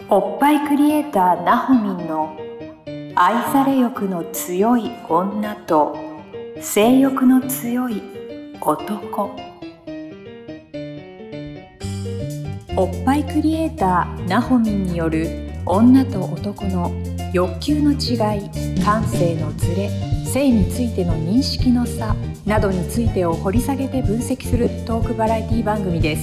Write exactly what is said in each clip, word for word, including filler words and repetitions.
おっぱいクリエイターなほみんの愛され欲の強い女と性欲の強い男。おっぱいクリエイターなほみんによる女と男の欲求の違い、感性のズレ、性についての認識の差などについてを掘り下げて分析するトークバラエティ番組です。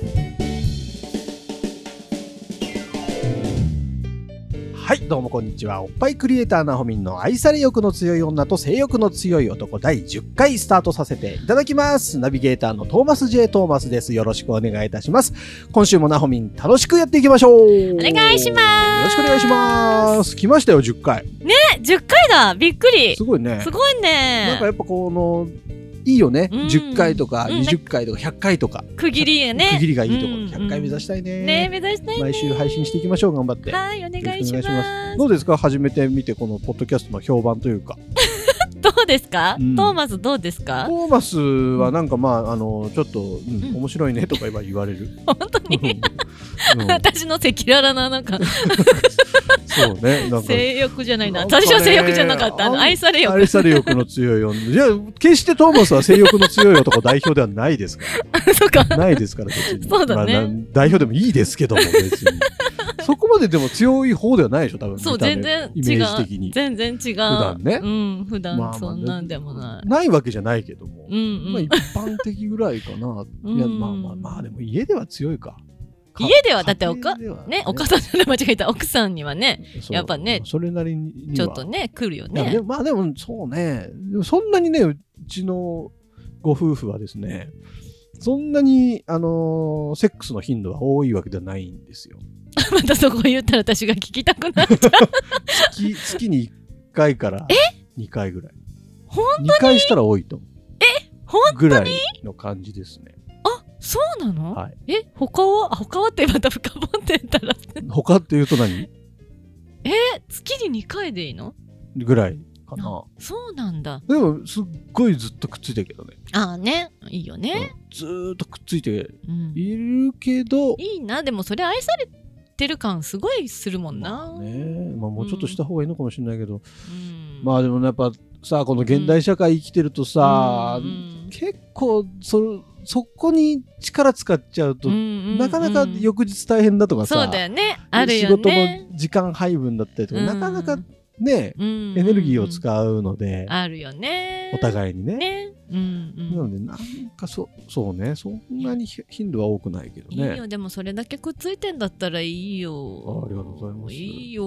はい、どうもこんにちは。おっぱいクリエイターなほみんの愛され欲の強い女と性欲の強い男だいじゅっかいスタートさせていただきます。ナビゲーターのトーマス J トーマスです。よろしくお願いいたします。今週もなほみん楽しくやっていきましょう。 お願いします。 よろしくお願いします。来ましたよ、じゅっかい。 ね、じゅっかいだ。びっくり。 すごいね。 すごいね。 なんかやっぱこのいいよね、 うん、 じゅっかいとかうんにじゅっかいとかひゃっかいとか区切りがね、 区切りがいいところ、 うん、 ひゃっかい目指したいね。 ね、目指したいね。 毎週配信していきましょう。頑張って。 はい、お願いします。ますどうですか、初めて見てこのポッドキャストの評判というかどうですか、うん、トーマスどうですか。 トーマスはなんかまああのちょっと、うんうん、面白いねとか言われる本当に、うん、私の赤裸々ななんかそうね、なんか性欲じゃないな、私は性欲じゃなかった、あの愛され欲愛され欲の強い女。いや決してトーマスは性欲の強い男代表ではないですからそうか、 ないですから別に。 そうだね、 まあ、代表でもいいですけども別にそこまででも強い方ではないでしょ多分。 そう、全然違う、 イメージ的に全然違う。普段ね、 うん、普段、 まあまあ、 そんなんでもない、 ないわけじゃないけども、 うんうん、 まあ、一般的ぐらいかな。いや、まあまあまあでも家では強いか。 家ではだっておか、ねね、お母さんじゃない、間違えた、奥さんにはね、やっぱね、 それなりにちょっとね来るよね。 でまあでもそうね、でもそんなにね、うちのご夫婦はですね、そんなにあのー、セックスの頻度は多いわけではないんですよ。 またそこ言ったら私が聞きたくなっちゃう月, 月にいっかいからにかいぐらい。 本当ににかいしたら多いと思う。 え、本当にぐらいの感じですね。 あ、そうなの、 はい、 え、他は他はってまた深掘ってたら他っていうと何え、月ににかいでいいのぐらいかな。 そうなんだ。 でもすっごいずっとくっついてるけどね。 ああね、いいよね、 うん、ずーっとくっついているけど、 うん、いいな。でもそれ愛されてる感すごいするもんな、 まあね、まあ、もうちょっとした方がいいのかもしれないけど、 うん、 まあでもやっぱさ、この現代社会生きてるとさ、うん、結構そそこに力使っちゃうと、うんうんうん、なかなか翌日大変だとかさ、 そうだよね、あるよね、 仕事の時間配分だったりとか、うん、なかなかね、うんうんうん、エネルギーを使うので、 あるよね、 お互いにね、 ね、うんうん、 なのでなんか そ, そうね、そんなに頻度は多くないけどね。 いいよ、でもそれだけくっついてんだったらいいよ。 あ, ありがとうございます。 いいよ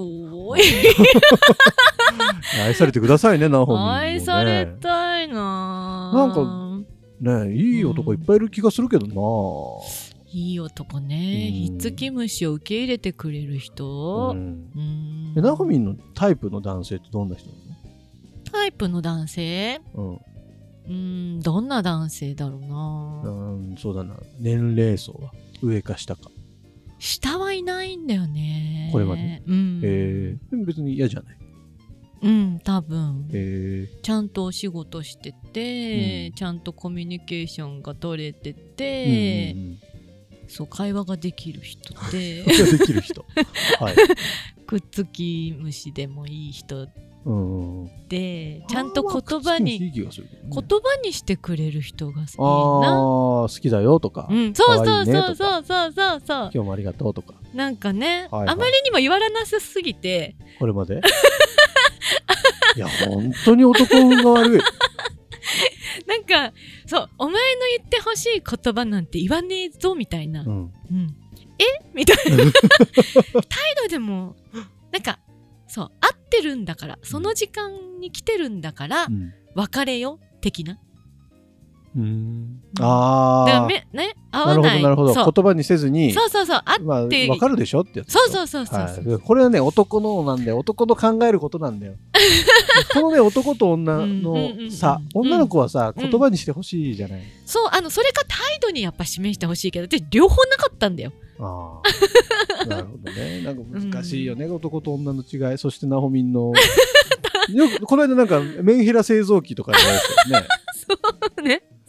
愛されてくださいね、なほみんもね。 愛されたいな。 なんかね、いい男いっぱいいる気がするけどな、 うん、いい男ね、ひっつき虫を受け入れてくれる人、うんうん、なほみんのタイプの男性ってどんな人なの？ タイプの男性、うんうーん、どんな男性だろうな。 うん、そうだな、年齢層は上か下か。 下はいないんだよね、 これまで、うん、えー、でも別に嫌じゃない。 うん、多分、 えー、 ちゃんとお仕事してて、うん、ちゃんとコミュニケーションが取れてて、うんうんうん、そう会話ができる人でできる人、はい、 くっつき虫でもいい人で、ちゃんと言葉に、ね、言葉にしてくれる人がいいな。あ、 好きだよとか、 うん、そうそうそうそうそうそうそう、 今日もありがとうとか、 なんかね、 はいはい、 あまりにも言われなさすぎてこれまでいや本当に男運が悪いなんかそう、お前の言ってほしい言葉なんて言わねえぞみたいな、うんうん、えみたいな態度でもなんかそう、合ってるんだから、その時間に来てるんだから、うん、別れよ的な、 うーん、あだからめ、ね、合わない、 なるほどなるほど、言葉にせずに、 そうそうそう、あって、まあ、 分かるでしょってやつ。 そうそうそうそう、 はい、これはね、男のなんだよ、男の考えることなんだよこのね、男と女の差、うんうんうん、女の子はさ、うん、言葉にしてほしいじゃない、うん、 そう、あのそれか態度にやっぱ示してほしいけど、で両方なかったんだよ。 あなるほどね、なんか難しいよね、うん、男と女の違い。そしてなほみんのよくこの間なんかメンヘラ製造機とか言われてねそうね、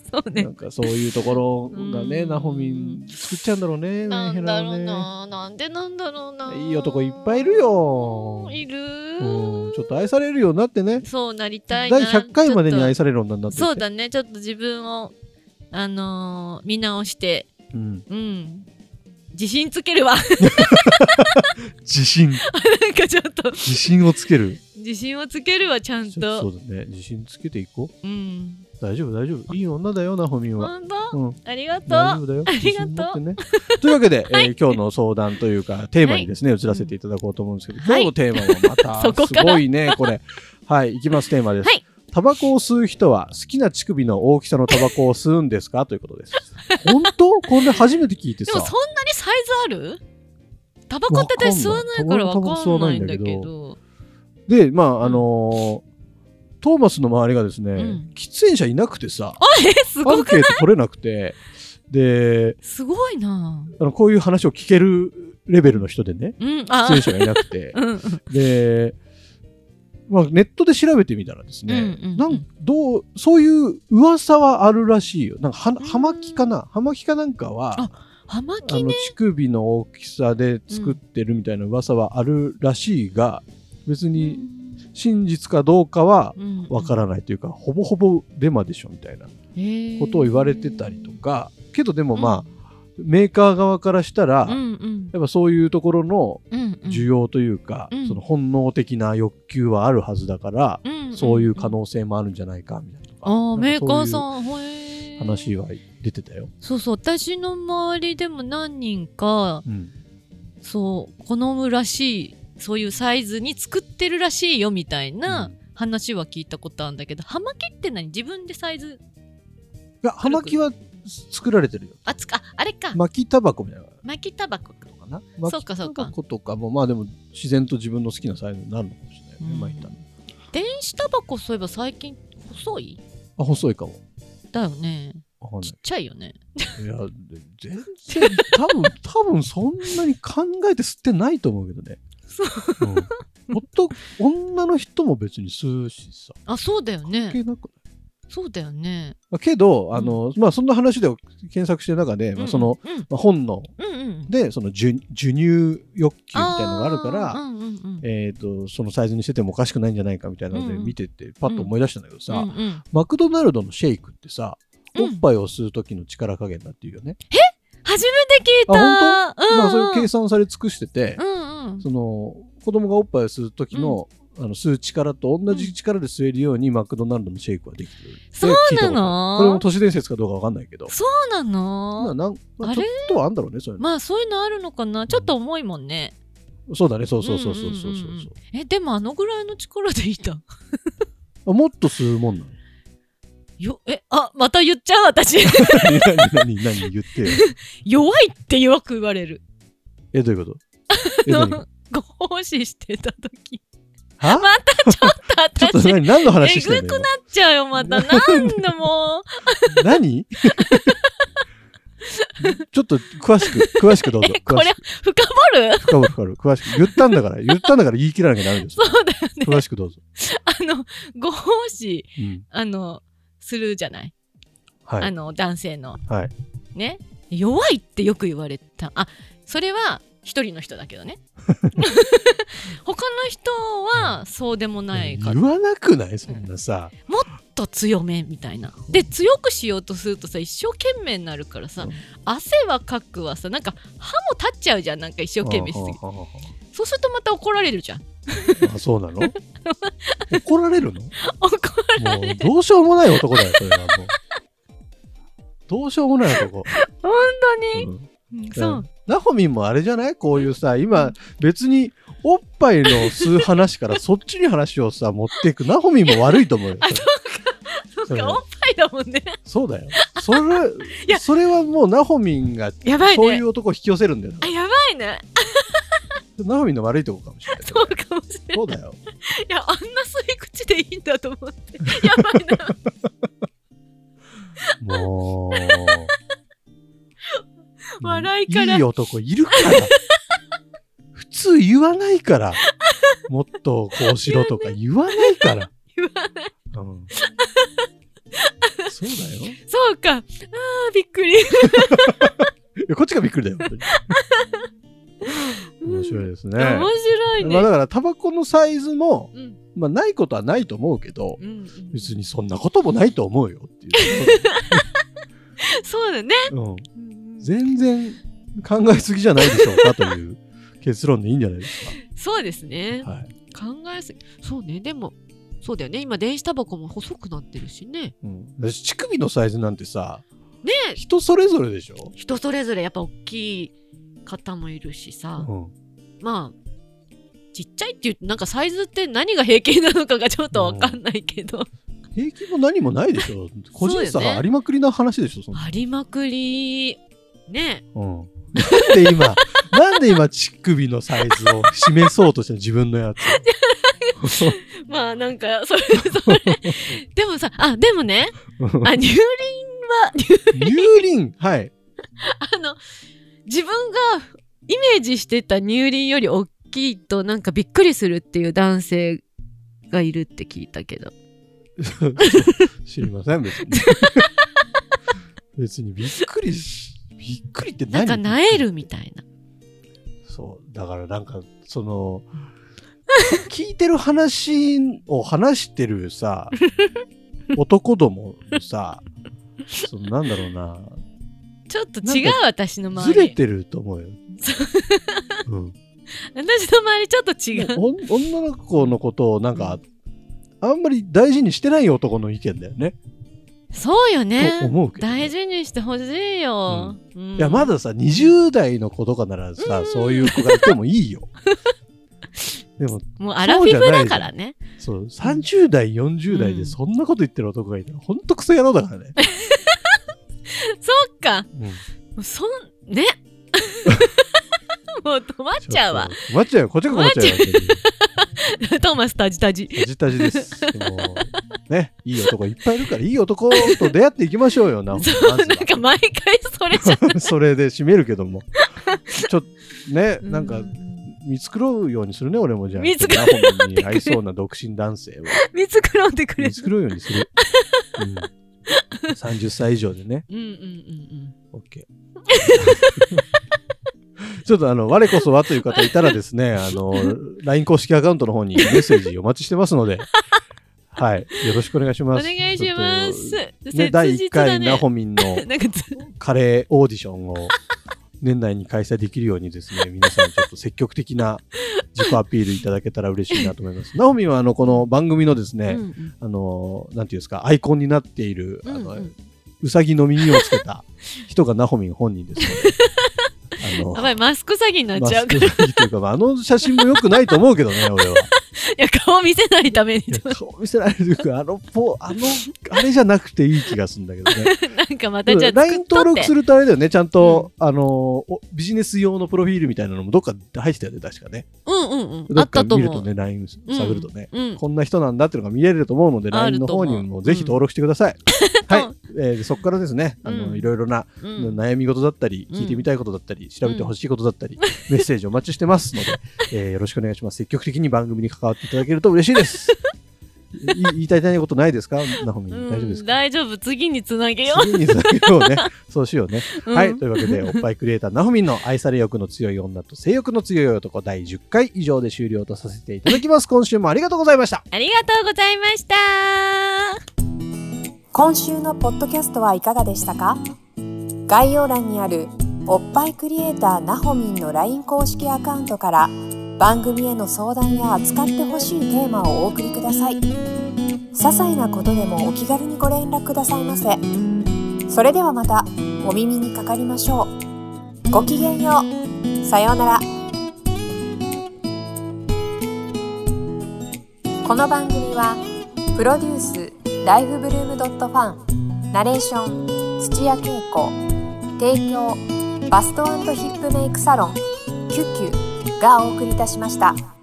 そうね。 なんかそういうところがね、ナホミン作っちゃうんだろうね。 なんだろうねな。なんでなんだろうな。 いい男いっぱいいるよ。 いる、 うん、ちょっと愛されるようになってね。 そうなりたいな。 だいひゃっかいまでに愛される女になってて。 そうだね。ちょっと自分をあのー、見直して、うん、うん、自信つけるわ。 自信。 なんかちょっと自信をつける。 自信をつけるわちゃんと。 そうだね。自信つけていこう。 うん。 大丈夫大丈夫。いい女だよナホミンは。 本当、 うん、 ありがとう。 大丈夫だよ。 ありがとう。 ね、というわけで、はい、えー、今日の相談というかテーマにですね、はい、移らせていただこうと思うんですけど、はい、今日のテーマはまたすごいねこれ。はい、いきますテーマです。はい、タバコを吸う人は好きな乳首の大きさのタバコを吸うんですかということです。本当？これ初めて聞いてさ。 でもそんなにサイズある？タバコって私吸わないからわかんないんだけど。で、 まああのー、トーマスの周りがですね、うん、喫煙者いなくてさ、 あえすごくない？ アンケート取れなくて、ですごいなあのこういう話を聞けるレベルの人でね、 うん、 喫煙者がいなくて、うん、で、まあ、ネットで調べてみたらですね、うんうんうん、なんどうそういう噂はあるらしいよ。なんかは葉巻かな、葉巻かなんかはあ葉巻ね、 あの乳首の大きさで作ってるみたいな噂はあるらしいが、うん、別に真実かどうかはわからないというか、うんうん、ほぼほぼデマでしょみたいなことを言われてたりとか、けどでもまあ、うん、メーカー側からしたら、うんうん、やっぱそういうところの需要というか、うんうん、その本能的な欲求はあるはずだから、うんうんうん、そういう可能性もあるんじゃないかみたいなとか、 あメーカーさん話は出てたよ。 そうそう、私の周りでも何人か、うん、そう好むらしい、そういうサイズに作ってるらしいよみたいな話は聞いたことあるんだけど、葉巻って何？自分でサイズ？ いや葉巻は作られてるよ。 あつかあれか。 巻きタバコみたいな。 巻きタバコかな。 そうかそうか。 巻きタバコとかもまあでも自然と自分の好きなサイズになるのかもしれないね。巻いた。 電子タバコそういえば最近細い？ あ細いかも。だよね。ちっちゃいよね。 いや全然多分多分そんなに考えて吸ってないと思うけどね。そう、うん、もっと女の人も別に吸うしさ。 あそうだよね。 関係なくそうだよね。 けどあの、うん、まあそんな話で検索してる中で、うんまあ、その、うんまあ、本能でその授乳欲求みたいなのがあるから、うんうんうん、えーとそのサイズにしててもおかしくないんじゃないかみたいなので見てて、うん、パッと思い出したんだけどさ、うんうん、マクドナルドのシェイクってさ、うん、おっぱいを吸う時の力加減だっていうよね。 え初めて聞いた。 あ本当、うんうん、まあそれ計算され尽くしてて、うんうん、その子供がおっぱいを吸う時の、うん、あの吸う力と同じ力で吸えるように、うん、マクドナルドのシェイクはできてる。 そうなの？ これも都市伝説かどうかわかんないけど。 そうなの？ なんまあ、ちょっとはあんだろうねそういうの。 まあそういうのあるのかな。ちょっと重いもんね。 うん、そうだねそうそうそうそうそうそう。 えでもあのぐらいの力でいた。あもっと吸うもんなの？ よえあまた言っちゃう私。 何何何言ってよ。 弱いってよく言われる。 えどういうこと？ えのご奉仕してた時。はまたちょっと私ちょっと 何, 何の話してんの？ えぐくなっちゃうよまた。何度も。 何？ちょっと詳しく詳しくどうぞ。 これ深掘る？ 深掘る深掘る詳しく言ったんだから言ったんだから言い切らなきゃダメです。 そうだよね。 詳しくどうぞ。 あのご奉仕、うん、あのするじゃない。はい、あの男性の、はい、ね弱いってよく言われた。あそれは一人の人だけどね。他の人はそうでもないから。 言わなくないそんなさ、 うん、もっと強めみたいな。で強くしようとするとさ一生懸命になるからさ、うん、汗はかくわさなんか歯も立っちゃうじゃん。なんか一生懸命しすぎて。そうするとまた怒られるじゃん。 あそうなの？怒られるの？ 怒られる。 もうどうしようもない男だよそれはもう。どうしようもない男。 本当に、うん、そう。 ナホミンもあれじゃない？こういうさ今別におっぱいの吸う話からそっちに話をさ持っていくナホミンも悪いと思うよ。 あそうかそうかおっぱいだもんね。 そうだよ。それそれはもうナホミンがやばい、ね、 そういう男を引き寄せるんだよ。 あやばいね。 ナホミンの悪いとこかもしれない。 そうかもしれない。 そうだよ。 いやあんな吸い口でいいんだと思ってやばいな。 もう笑いからいい男いるから普通言わないからもっとこうしろとか言わないから言わない、 うん、 そうだよ。 そうか。あー、びっくり。 いやこっちがびっくりだよ、本当に。面白いですね。 面白いね。 まあだからタバコのサイズも、 うん、 まあないことはないと思うけど、 うんうん、 別にそんなこともないと思うよっていう。 そうだね、 うんうん。 全然考えすぎじゃないでしょうかという結論でいいんじゃないですか。 そうですね。 はい、 考えすぎ。そうね。でもそうだよね。今電子タバコも細くなってるしね。 うん、私乳首のサイズなんてさ、 ね、 人それぞれでしょ。 人それぞれやっぱ大きい方もいるしさ、うん、まあちっちゃいっていうなんかサイズって何が平均なのかがちょっと分かんないけど、うん、 平均も何もないでしょ。個人差がありまくりな話でしょ。そんなありまくりね、 うん、なんで今なんで今乳首のサイズを示そうとして自分のやつまあなんかそれそれでもさ、あでもねあ乳輪は乳輪はいあの自分がイメージしてた乳輪より大きいとなんかびっくりするっていう男性がいるって聞いたけど知りません別に別にびっくりしびっくりって何？ なんか萎えるみたいな。 そうだからなんかその聞いてる話を話してるさ男どものさそのなんだろうなちょっと違う私の周りずれてると思うよ、うん、 私の周りちょっと違う女の子のことをなんか、うん、あんまり大事にしてない男の意見だよね。 そうよね。 と思うけどね、 大事にしてほしいよ、うんうん、 いやまださにじゅう代の子とかならさ、うん、そういう子がいてもいいよでももうアラフィフだからね。 そうさんじゅう代よんじゅう代でそんなこと言ってる男がいたらほんとクソ野郎だからねそっか、うん、そんねもう止まっちゃうわ。 止まっちゃうよ。こっちが止まっちゃうよトーマスタジタジタジタジです。もうね、いい男いっぱいいるからいい男と出会っていきましょうよ。なまずはなんか毎回それじゃないそれで締めるけどもちょっとねなんか見繕うようにするね。俺もじゃあ見繕うに合いそうな独身男性を見繕ってくれる。 見繕うようにする、うん、さんじゅっさい以上でね。 うんうんうんうん OK ちょっとあの我こそはという方いたらですねあの ライン 公式アカウントの方にメッセージお待ちしてますのではいよろしくお願いします。 お願いします、 ね、だいいっかいなほみんのカレーオーディションを年内に開催できるようにですね皆さんちょっと積極的な自己アピールいただけたら嬉しいなと思います。なほみんはあのこの番組のですね、うんうん、あのなんていうんですかアイコンになっている、うんうん、あのうさぎの耳をつけた人がなほみん本人ですのであのやばいマスク詐欺になっちゃうからマスク詐欺というかあの写真も良くないと思うけどね俺は。 いや顔見せないために顔見せないというかあのポあのあれじゃなくていい気がするんだけどねなんかまたじゃあライン 登録するとあれだよねちゃんと、うん、あのビジネス用のプロフィールみたいなのもどっかで入ってたよね確かね。 うんうんうんどっか見るとね ライン 探るとね、うんうん、こんな人なんだっていうのが見れると思うので ライン の方にもぜひ登録してください、うん、はい、えー、そこからですねあの、うん、いろいろな、うん、悩み事だったり聞いてみたいことだったり、うん、調べてほしいことだったり、うん、メッセージお待ちしてますので、えー、よろしくお願いします。積極的に番組に関わっていただけると嬉しいです言いたいことないですかなほみん、うん、大丈夫ですか。 大丈夫次につなげよう次につなげようねそうしようね、うん、はいというわけでおっぱいクリエイターなほみんの愛され欲の強い女と性欲の強い男だいじゅっかい以上で終了とさせていただきます。今週もありがとうございました。 ありがとうございました。 今週のポッドキャストはいかがでしたか。概要欄にあるおっぱいクリエイターなほみんの ライン 公式アカウントから番組への相談や扱ってほしいテーマをお送りください。些細なことでもお気軽にご連絡くださいませ。それではまたお耳にかかりましょう。ごきげんよう。さようなら。この番組はプロデュースライフブルームドットファン、ナレーション土屋恵子、提供バスト&ヒップメイクサロンキュッキュがお送りいたしました。